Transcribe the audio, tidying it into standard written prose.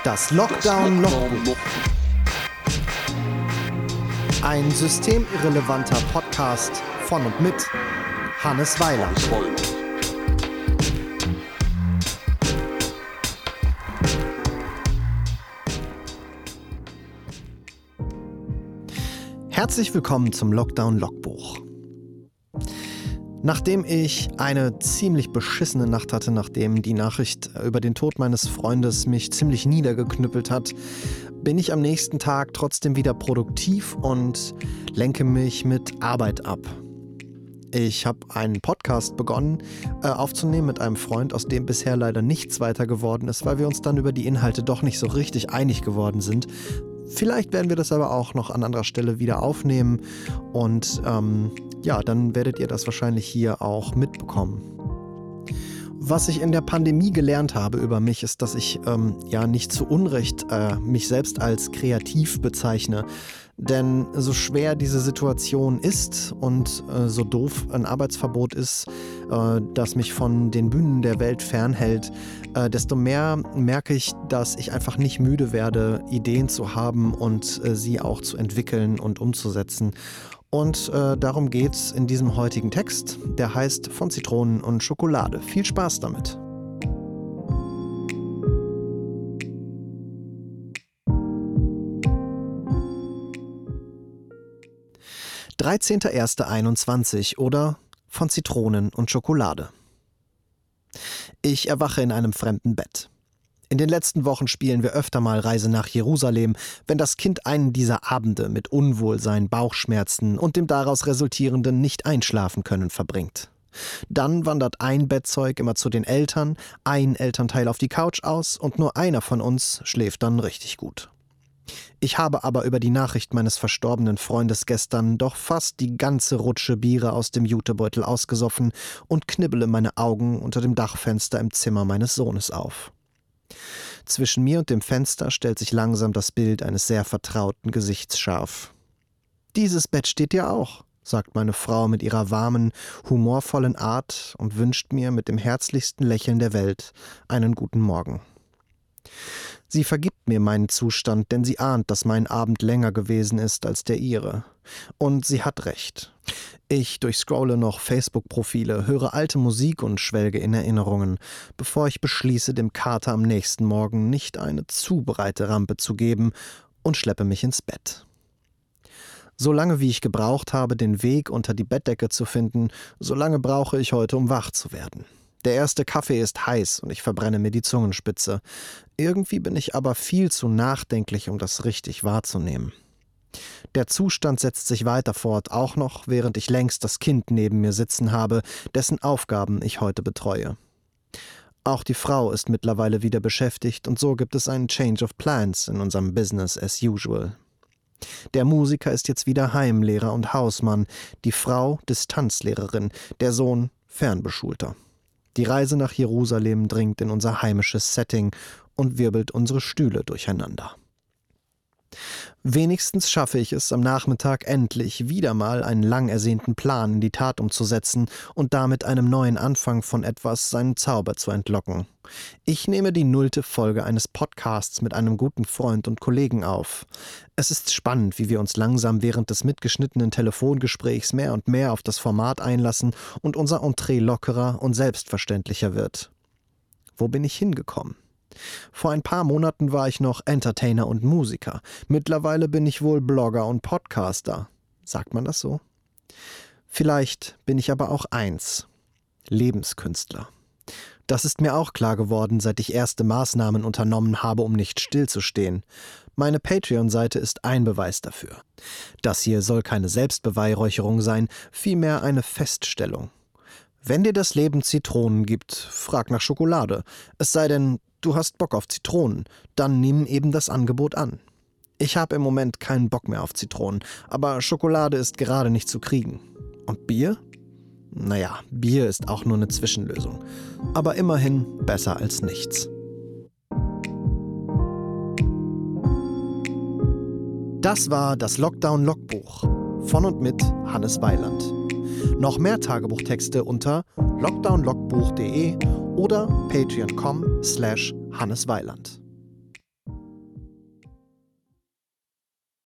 Das Lockdown-Logbuch. Ein systemirrelevanter Podcast von und mit Hannes Weiland. Herzlich willkommen zum Lockdown-Logbuch. Nachdem ich eine ziemlich beschissene Nacht hatte, nachdem die Nachricht über den Tod meines Freundes mich ziemlich niedergeknüppelt hat, bin ich am nächsten Tag trotzdem wieder produktiv und lenke mich mit Arbeit ab. Ich habe einen Podcast begonnen aufzunehmen mit einem Freund, aus dem bisher leider nichts weiter geworden ist, weil wir uns dann über die Inhalte doch nicht so richtig einig geworden sind. Vielleicht werden wir das aber auch noch an anderer Stelle wieder aufnehmen und dann werdet ihr das wahrscheinlich hier auch mitbekommen. Was ich in der Pandemie gelernt habe über mich, ist, dass ich nicht zu Unrecht mich selbst als kreativ bezeichne. Denn so schwer diese Situation ist und so doof ein Arbeitsverbot ist, das mich von den Bühnen der Welt fernhält, desto mehr merke ich, dass ich einfach nicht müde werde, Ideen zu haben und sie auch zu entwickeln und umzusetzen. Und darum geht's in diesem heutigen Text, der heißt Von Zitronen und Schokolade. Viel Spaß damit! (13.01.21) oder Von Zitronen und Schokolade. Ich erwache in einem fremden Bett. In den letzten Wochen spielen wir öfter mal Reise nach Jerusalem, wenn das Kind einen dieser Abende mit Unwohlsein, Bauchschmerzen und dem daraus resultierenden Nicht-Einschlafen-Können verbringt. Dann wandert ein Bettzeug immer zu den Eltern, ein Elternteil auf die Couch aus und nur einer von uns schläft dann richtig gut. Ich habe aber über die Nachricht meines verstorbenen Freundes gestern doch fast die ganze Rutsche Biere aus dem Jutebeutel ausgesoffen und knibbele meine Augen unter dem Dachfenster im Zimmer meines Sohnes auf. Zwischen mir und dem Fenster stellt sich langsam das Bild eines sehr vertrauten Gesichts scharf. »Dieses Bett steht dir auch«, sagt meine Frau mit ihrer warmen, humorvollen Art und wünscht mir mit dem herzlichsten Lächeln der Welt einen guten Morgen. Sie vergibt mir meinen Zustand, denn sie ahnt, dass mein Abend länger gewesen ist als der ihre. Und sie hat recht. Ich durchscrolle noch Facebook-Profile, höre alte Musik und schwelge in Erinnerungen, bevor ich beschließe, dem Kater am nächsten Morgen nicht eine zu breite Rampe zu geben und schleppe mich ins Bett. So lange wie ich gebraucht habe, den Weg unter die Bettdecke zu finden, so lange brauche ich heute, um wach zu werden. Der erste Kaffee ist heiß und ich verbrenne mir die Zungenspitze. Irgendwie bin ich aber viel zu nachdenklich, um das richtig wahrzunehmen. Der Zustand setzt sich weiter fort, auch noch, während ich längst das Kind neben mir sitzen habe, dessen Aufgaben ich heute betreue. Auch die Frau ist mittlerweile wieder beschäftigt und so gibt es einen Change of Plans in unserem Business as usual. Der Musiker ist jetzt wieder Heimlehrer und Hausmann, die Frau Distanzlehrerin, der Sohn Fernbeschulter. Die Reise nach Jerusalem dringt in unser heimisches Setting und wirbelt unsere Stühle durcheinander. Wenigstens schaffe ich es am Nachmittag endlich wieder mal einen lang ersehnten Plan in die Tat umzusetzen und damit einem neuen Anfang von etwas seinen Zauber zu entlocken. Ich nehme die 0. Folge eines Podcasts mit einem guten Freund und Kollegen auf. Es ist spannend, wie wir uns langsam während des mitgeschnittenen Telefongesprächs mehr und mehr auf das Format einlassen und unser Entree lockerer und selbstverständlicher wird. Wo bin ich hingekommen? Vor ein paar Monaten war ich noch Entertainer und Musiker. Mittlerweile bin ich wohl Blogger und Podcaster. Sagt man das so? Vielleicht bin ich aber auch eins: Lebenskünstler. Das ist mir auch klar geworden, seit ich erste Maßnahmen unternommen habe, um nicht stillzustehen. Meine Patreon-Seite ist ein Beweis dafür. Das hier soll keine Selbstbeweihräucherung sein, vielmehr eine Feststellung. Wenn dir das Leben Zitronen gibt, frag nach Schokolade. Es sei denn, du hast Bock auf Zitronen, dann nimm eben das Angebot an. Ich habe im Moment keinen Bock mehr auf Zitronen, aber Schokolade ist gerade nicht zu kriegen. Und Bier? Naja, Bier ist auch nur eine Zwischenlösung. Aber immerhin besser als nichts. Das war das Lockdown-Logbuch von und mit Hannes Weiland. Noch mehr Tagebuchtexte unter lockdownlogbuch.de oder patreon.com/Hannes Weiland.